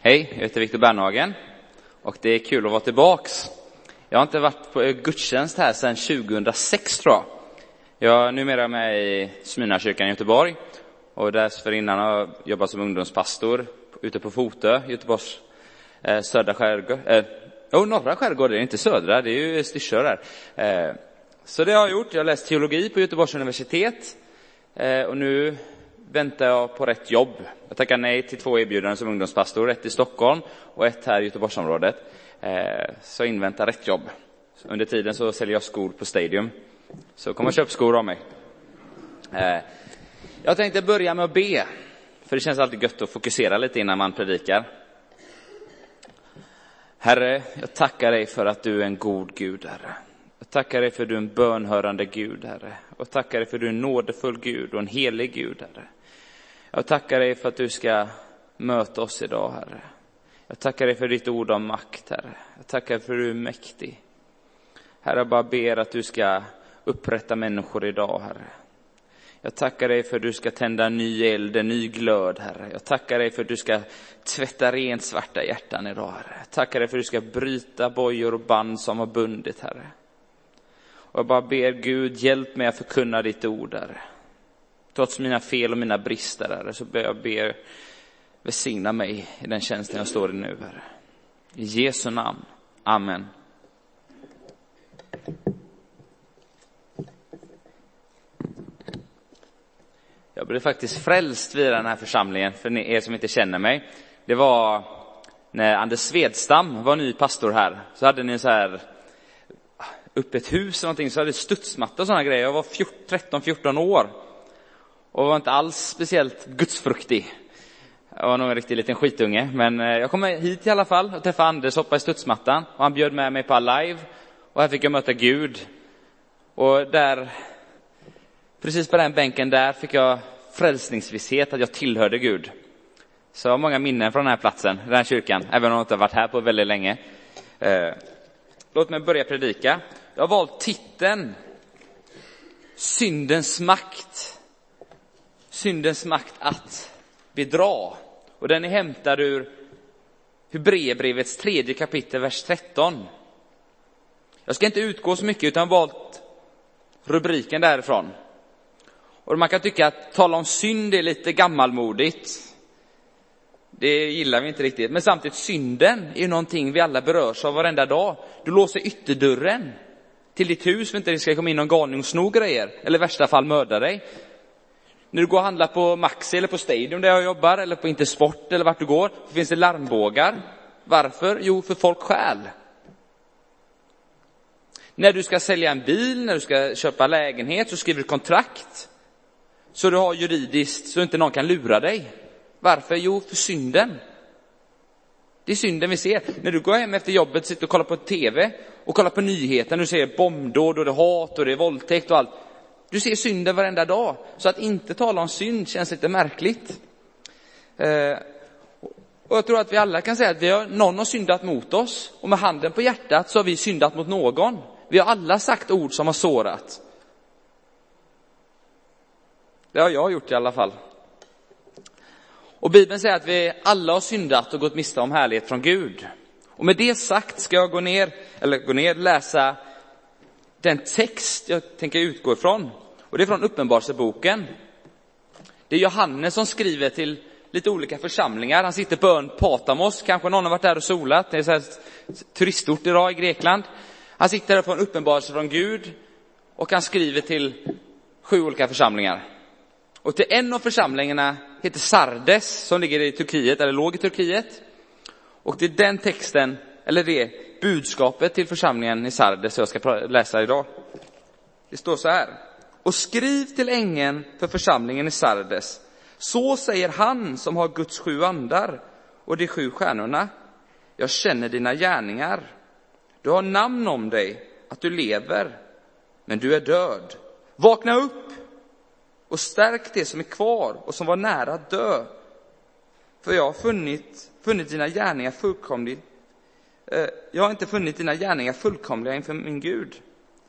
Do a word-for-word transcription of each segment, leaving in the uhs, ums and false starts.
Hej, jag heter Viktor Bernhagen och det är kul att vara tillbaks. Jag har inte varit på gudstjänst här sedan tjugohundrasex tror jag. Jag är numera med i Smyrnakyrkan i Göteborg och dessförinnan har jag jobbat som ungdomspastor ute på Fotö, Göteborgs eh, södra skärgård. Eh, oh, norra skärgård, det är inte södra, det är ju Styrsö där. Eh, så det har jag gjort, jag har läst teologi på Göteborgs universitet eh, och nu väntar jag på rätt jobb. Jag tackar nej till två erbjudanden som ungdomspastor, ett i Stockholm och ett här i Göteborgsområdet. Eh, så jag inväntar rätt jobb. Så under tiden så säljer jag skor på Stadium. Så kom och köp skor av mig. Eh, jag tänkte börja med att be. För det känns alltid gött att fokusera lite innan man predikar. Herre, jag tackar dig för att du är en god Gud, Herre. Jag tackar dig för att du är en bönhörande Gud, Herre. Och tackar dig för att du är en nådefull Gud och en helig Gud, Herre. Jag tackar dig för att du ska möta oss idag, Herre. Jag tackar dig för ditt ord om makt, Herre. Jag tackar dig för att du är mäktig. Herre, jag bara ber att du ska upprätta människor idag, Herre. Jag tackar dig för att du ska tända en ny eld, en ny glöd, Herre. Jag tackar dig för att du ska tvätta rent svarta hjärtan idag, Herre. Jag tackar dig för att du ska bryta bojor och band som har bundit, Herre. Och jag bara ber Gud, hjälp mig att förkunna ditt ord, Herre. Trots mina fel och mina brister, Herre, så ber jag ber välsigna mig i den tjänsten jag står i nu, Herre. I Jesu namn. Amen. Jag blev faktiskt frälst vid den här församlingen, för er som inte känner mig. Det var när Anders Svedstam var ny pastor här. Så hade ni så här upp ett hus eller någonting, så hade det studsmatta och sådana grejer. Jag var tretton fjorton år och var inte alls speciellt gudsfruktig. Jag var nog en riktig liten skitunge, men jag kom hit i alla fall och träffade Anders, hoppa i studsmattan. Och han bjöd med mig på live och här fick jag möta Gud. Och där, precis på den bänken där, fick jag frälsningsvisshet att jag tillhörde Gud. Så jag har många minnen från den här platsen, den här kyrkan, även om jag inte har varit här på väldigt länge. Eh, låt mig börja predika. Jag har valt titeln Syndens makt. Syndens makt att bedra. Och den är hämtad ur Hebreerbrevets tredje kapitel, vers tretton. Jag ska inte utgå så mycket utan valt rubriken därifrån. Och man kan tycka att tala om synd är lite gammalmodigt. Det gillar vi inte riktigt. Men samtidigt, synden är ju någonting vi alla berörs av varenda dag. Du låser ytterdörren till ditt hus för att inte det ska komma in någon galning och sno grejer. Eller i värsta fall mörda dig. När du går och handlar på Maxi eller på Stadium där jag jobbar, eller på Intersport eller vart du går, så finns det larmbågar. Varför? Jo, för folk stjäl. När du ska sälja en bil, när du ska köpa lägenhet, så skriver du kontrakt. Så du har juridiskt, så inte någon kan lura dig. Varför? Jo, för synden. Det är synden vi ser. När du går hem efter jobbet, sitter och kollar på tv och kollar på nyheterna, du ser bombdåd och det är hat och det är våldtäkt och allt. Du ser synden varenda dag. Så att inte tala om synd känns lite märkligt. Eh, och jag tror att vi alla kan säga att vi har, någon har syndat mot oss. Och med handen på hjärtat så har vi syndat mot någon. Vi har alla sagt ord som har sårat. Det har jag gjort i alla fall. Och Bibeln säger att vi alla har syndat och gått miste om härlighet från Gud. Och med det sagt ska jag gå ner, eller gå ner läsa den text jag tänker utgå ifrån. Och det är från Uppenbarelseboken. Det är Johannes som skriver till lite olika församlingar. Han sitter på ön Patmos. Kanske någon har varit där och solat. Det är så här turistort idag i Grekland. Han sitter där på en uppenbarelse från Gud. Och han skriver till sju olika församlingar. Och till en av församlingarna heter Sardes, som ligger i Turkiet, eller låg i Turkiet. Och det är den texten, eller det budskapet till församlingen i Sardes jag ska läsa idag. Det står så här. Och skriv till ängeln för församlingen i Sardes. Så säger han som har Guds sju andar och de sju stjärnorna. Jag känner dina gärningar. Du har namn om dig att du lever, men du är död. Vakna upp och stärk det som är kvar och som var nära att dö. För jag har funnit, funnit dina gärningar fullkomligt. Jag har inte funnit dina gärningar fullkomliga inför min Gud.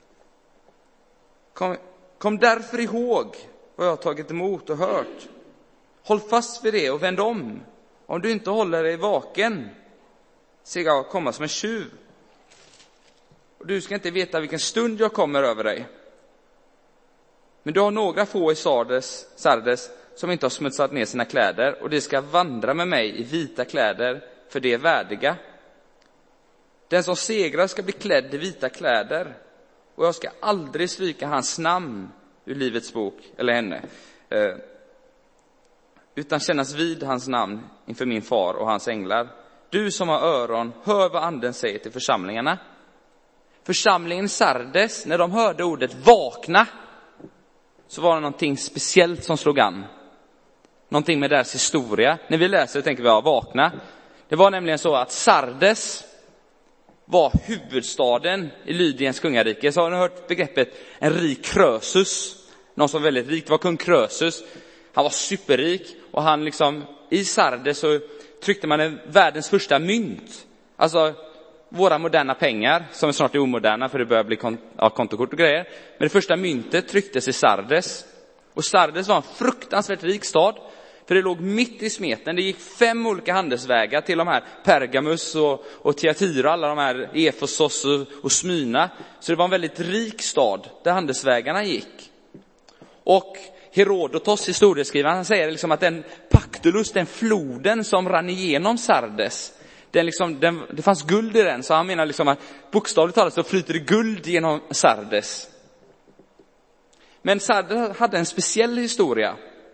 Kom, kom därför ihåg vad jag har tagit emot och hört. Håll fast vid det och vänd om Om du inte håller dig vaken, ser jag komma som en tjuv. Och du ska inte veta vilken stund jag kommer över dig. Men du har några få i Sardes, Sardes som inte har smutsat ner sina kläder, och de ska vandra med mig i vita kläder, för det är värdiga. Den som segrar ska bli klädd i vita kläder, och jag ska aldrig stryka hans namn ur livets bok, eller henne, eh, utan kännas vid hans namn inför min far och hans änglar. Du som har öron, hör vad anden säger till församlingarna. Församlingen Sardes, när de hörde ordet vakna, så var det någonting speciellt som slog an. Någonting med deras historia. När vi läser tänker vi, ja, vakna. Det var nämligen så att Sardes var huvudstaden i Lydiens kungarike. Så har ni hört begreppet en rik Krösus. Någon som var väldigt rik, det var kung Krösus. Han var superrik, och han liksom, i Sardes så tryckte man en världens första mynt. Alltså våra moderna pengar, som snart är omoderna för det börjar bli kont- ja, kontokort och grejer. Men det första myntet trycktes i Sardes. Och Sardes var en fruktansvärt rik stad. För det låg mitt i smeten. Det gick fem olika handelsvägar till de här Pergamus och, och Tiatira, alla de här Efesos och, och Smyna. Så det var en väldigt rik stad där handelsvägarna gick. Och Herodotos, historieskrivaren, han säger liksom att den Pactolus, den floden som rann igenom Sardes, den liksom, den, det fanns guld i den. Så han menar liksom att bokstavligt talat så flyter det guld genom Sardes. Men Sardes hade en speciell historia.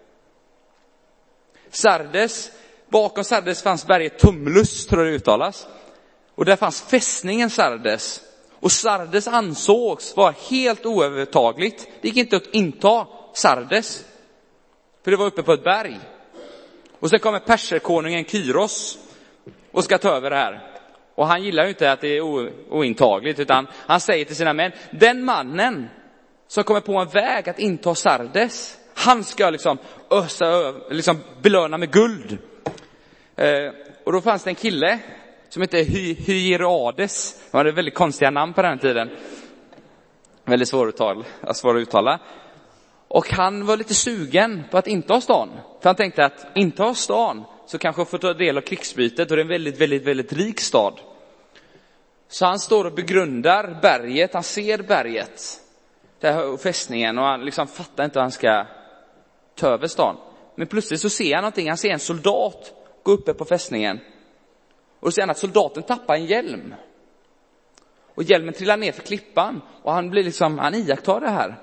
Sardes, bakom Sardes fanns berget Tumulus, tror jag det uttalas. Och där fanns fästningen Sardes. Och Sardes ansågs vara helt oövertagligt. Det gick inte att inta Sardes, för det var uppe på ett berg. Och sen kommer perserkonungen Kyros och ska ta över det här. Och han gillar ju inte att det är o- ointagligt, utan han säger till sina män, den mannen som kommer på en väg att inta Sardes, han ska liksom ösa, liksom belöna med guld. Eh, och då fanns det en kille som heter Hy- Hierades. Han hade väldigt konstiga namn på den tiden. Väldigt svår att uttala, svår att uttala. Och han var lite sugen på att inta stan. För han tänkte att inta stan så kanske jag får ta del av krigsbytet, och det är en väldigt, väldigt, väldigt rik stad. Så han står och begrundar berget, han ser berget, där fästningen, och han liksom fattar inte hur han ska ta över stan. Men plötsligt så ser han någonting, han ser en soldat gå uppe på fästningen. Och då ser han att soldaten tappar en hjälm. Och hjälmen trillar ner för klippan, och han blir liksom, han iakttar det här.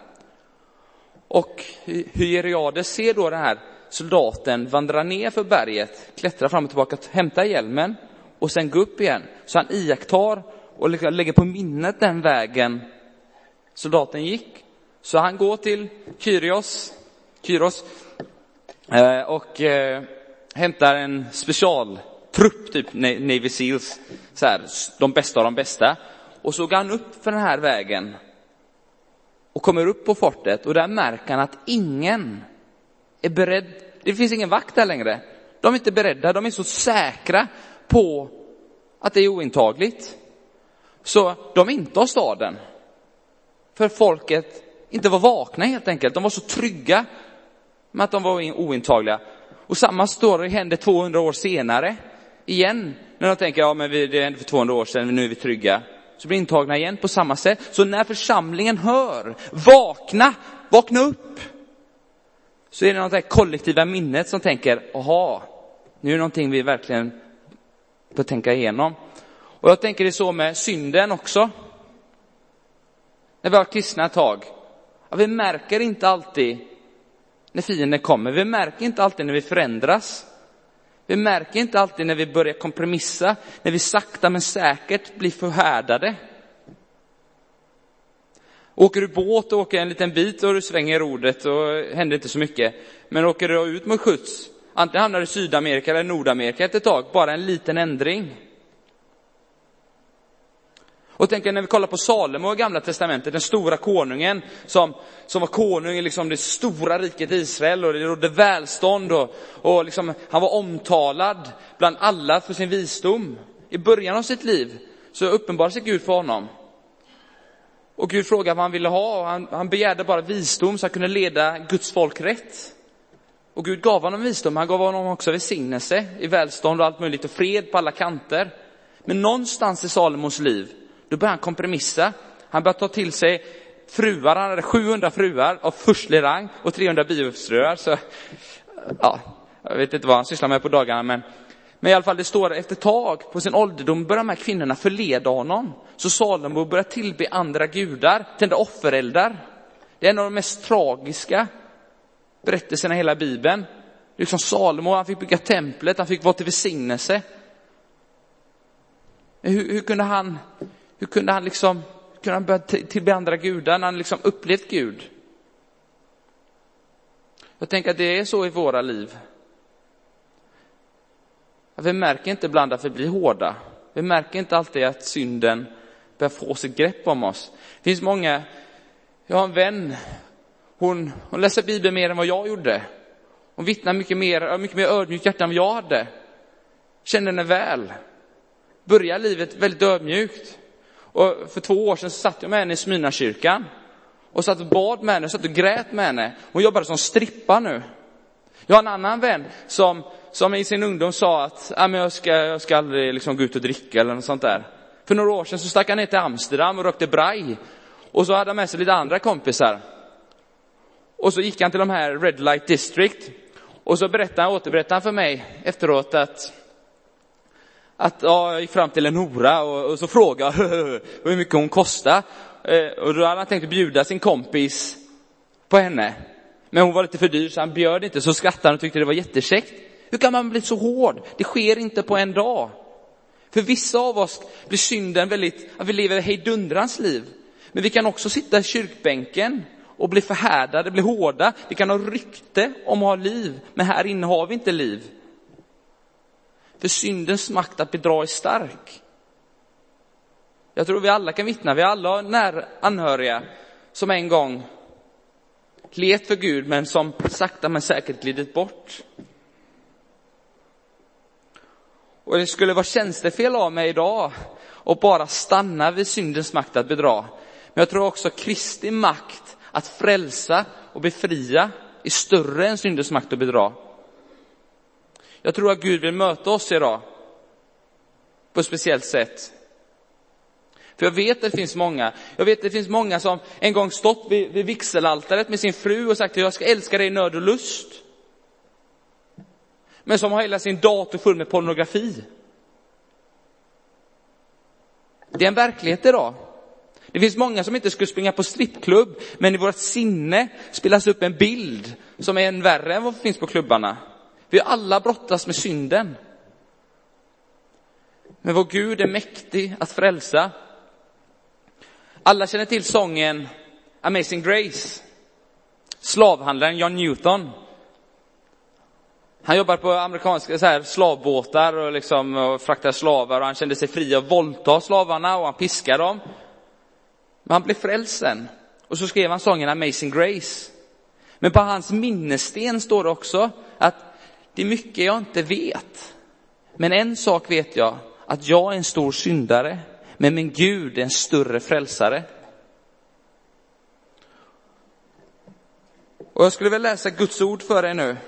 Och Hierades ser då den här soldaten vandra ner för berget, klättra fram och tillbaka, hämta hjälmen och sen gå upp igen. Så han iakttar och lägger på minnet den vägen soldaten gick. Så han går till Kyrios, Kyros och eh, hämtar en specialtrupp, typ Navy Seals, så här, de bästa av de bästa. Och så går han upp för den här vägen och kommer upp på fortet, och där märker han att ingen är beredd. Det finns ingen vakt där längre. De är inte beredda, de är så säkra på att det är ointagligt. Så de intar staden. För folket inte var vakna helt enkelt. De var så trygga med att de var ointagliga. Och samma story hände tvåhundra år senare. Igen, när de tänker, ja men det hände för tvåhundra år sedan, nu är vi trygga. Så blir intagna igen på samma sätt. Så när församlingen hör, vakna, vakna upp. Så är det något där kollektiva minnet som tänker, aha, nu är det någonting vi verkligen bör tänka igenom. Och jag tänker det så med synden också. När vi har kristna ett tag. Ja, vi märker inte alltid när fienden kommer. Vi märker inte alltid när vi förändras. Vi märker inte alltid när vi börjar kompromissa. När vi sakta men säkert blir förhärdade. Åker du båt och åker en liten bit och du svänger rodet och händer inte så mycket. Men åker du ut mot skjuts, antingen hamnar du i Sydamerika eller Nordamerika ett tag. Bara en liten ändring. Och tänk när vi kollar på Salomo i Gamla testamentet, den stora konungen som, som var konung i liksom det stora riket Israel, och det rådde välstånd och, och liksom, han var omtalad bland alla för sin visdom. I början av sitt liv så uppenbarade sig Gud för honom. Och Gud frågade vad han ville ha, och han, han begärde bara visdom så att han kunde leda Guds folk rätt. Och Gud gav honom visdom, han gav honom också välsignelse i välstånd och allt möjligt och fred på alla kanter. Men någonstans i Salomos liv, då började han kompromissa. Han började ta till sig fruar, han hade sjuhundra fruar av förstlig rang och trehundra bihustrur. Så ja, jag vet inte vad han sysslar med på dagarna, men, men i alla fall det står efter tag på sin ålderdom börjar de här kvinnorna förleda honom. Så Salomo börjar tillbe andra gudar, tända offereldar. Det är en av de mest tragiska berättelserna i hela Bibeln. Liksom Salomo, han fick bygga templet, han fick vara till välsignelse. Hur, hur kunde han, hur kunde han liksom, hur kunde han börja tillbe andra gudar när han liksom upplevt Gud? Jag tänker att det är så i våra liv. Att vi märker inte ibland att vi blir hårda. Vi märker inte alltid att synden börjar få sitt grepp om oss. Det finns många, jag har en vän, hon, hon läser Bibeln mer än vad jag gjorde. Hon vittnar mycket mer, mycket mer ödmjukt hjärta än vad jag hade. Kände henne väl. Börjar livet väldigt ödmjukt. Och för två år sedan så satt jag med henne i Smyrnakyrkan. Och satt och bad med henne, satt och grät med henne. Hon jobbade som strippa nu. Jag har en annan vän som, som i sin ungdom sa att ah, men jag, ska, jag ska aldrig liksom gå ut och dricka eller något sånt där. För några år sedan så stack han ner till Amsterdam och rökte braj. Och så hade han med sig lite andra kompisar. Och så gick han till de här Red Light District. Och så berättade han, återberättade han för mig efteråt att Att ja, jag gick fram till en hora och, och så frågade hur mycket hon kostade. Eh, och då hade han tänkt bjuda sin kompis på henne. Men hon var lite för dyr så han bjöd inte. Så skrattade han och tyckte det var jättekäckt. Hur kan man bli så hård? Det sker inte på en dag. För vissa av oss blir synden väldigt, att vi lever hejdundrans liv. Men vi kan också sitta i kyrkbänken och bli förhärdade, bli hårda. Vi kan ha rykte om att ha liv. Men här inne har vi inte liv. För syndens makt att bedra är stark. Jag tror vi alla kan vittna. Vi alla har nära anhöriga som en gång let för Gud men som sakta men säkert glidit bort. Och det skulle vara tjänstefel av mig idag och bara stanna vid syndens makt att bedra. Men jag tror också Kristi makt att frälsa och befria är större än syndens makt att bedra. Jag tror att Gud vill möta oss idag på ett speciellt sätt. För jag vet att det finns många. Jag vet att det finns många som en gång stått vid, vid vigselaltaret med sin fru och sagt att jag ska älska dig i nöd och lust. Men som har hela sin dator full med pornografi. Det är en verklighet idag. Det finns många som inte skulle springa på strippklubb, men i vårt sinne spelas upp en bild som är en värre än vad som finns på klubbarna. Vi alla brottas med synden. Men vår Gud är mäktig att frälsa. Alla känner till sången Amazing Grace. Slavhandlaren John Newton. Han jobbar på amerikanska så här, slavbåtar och, liksom, och fraktar slavar. Och han kände sig fri att våldta slavarna och han piskade dem. Men han blev frälst sen. Och så skrev han sången Amazing Grace. Men på hans minnessten står det också att det är mycket jag inte vet. Men en sak vet jag. Att jag är en stor syndare. Men min Gud är en större frälsare. Och jag skulle väl läsa Guds ord för er nu.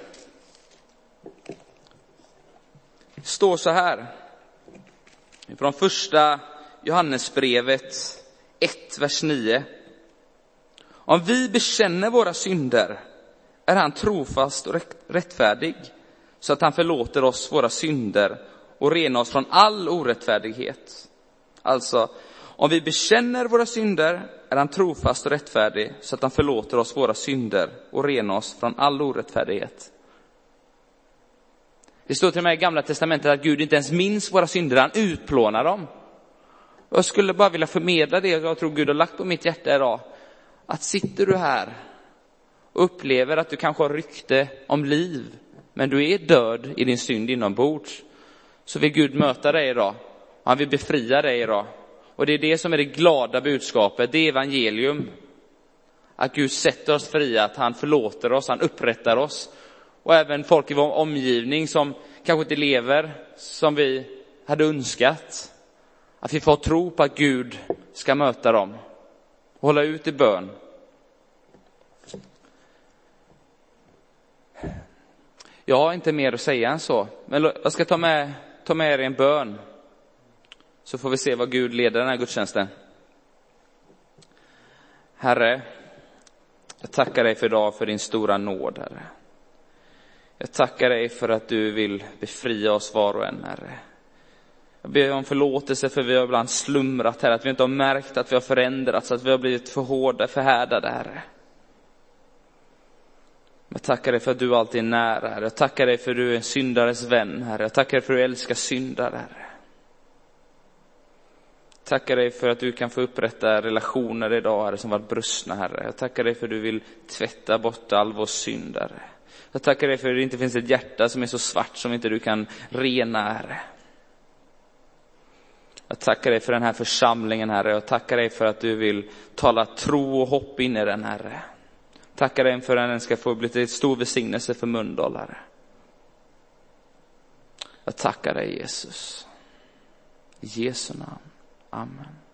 Det står så här. Från första Johannesbrevet ett, vers nio. Om vi bekänner våra synder är han trofast och rättfärdig. Så att han förlåter oss våra synder och renar oss från all orättfärdighet. Alltså, om vi bekänner våra synder är han trofast och rättfärdig. Så att han förlåter oss våra synder och renar oss från all orättfärdighet. Det står till och med i Gamla testamentet att Gud inte ens minns våra synder, han utplånar dem. Och jag skulle bara vilja förmedla det jag tror Gud har lagt på mitt hjärta idag. Att sitter du här och upplever att du kanske har rykte om liv, men du är död i din synd inombords, så vill Gud möta dig idag. Han vill befria dig idag. Och det är det som är det glada budskapet, det är evangelium. Att Gud sätter oss fria, att han förlåter oss, han upprättar oss. Och även folk i vår omgivning som kanske inte lever som vi hade önskat. Att vi får tro på att Gud ska möta dem. Och hålla ut i bön. Jag har inte mer att säga än så. Men jag ska ta med, ta med er i en bön. Så får vi se vad Gud leder den här gudstjänsten. Herre, jag tackar dig för idag för din stora nåd, Herre. Jag tackar dig för att du vill befria oss var och en, Herre. Jag ber om förlåtelse för vi har ibland slumrat, Herre. Att vi inte har märkt att vi har förändrats, att vi har blivit för hårda, förhärdade, Herre. Jag tackar dig för att du alltid är nära, Herre. Jag tackar dig för att du är en syndares vän, Herre. Jag tackar dig för att du älskar syndare, Herre. Jag tackar dig för att du kan få upprätta relationer idag, Herre, som varit brustna, Herre. Jag tackar dig för att du vill tvätta bort all vår synd, Herre. Jag tackar dig för att det inte finns ett hjärta som är så svart som inte du kan rena, Herre. Jag tackar dig för den här församlingen, Herre. Jag tackar dig för att du vill tala tro och hopp in i den, Herre. Tackar dig för att den ska få bli till stor välsignelse för Mölndal, Herre. Jag tackar dig, Jesus. I Jesu namn. Amen.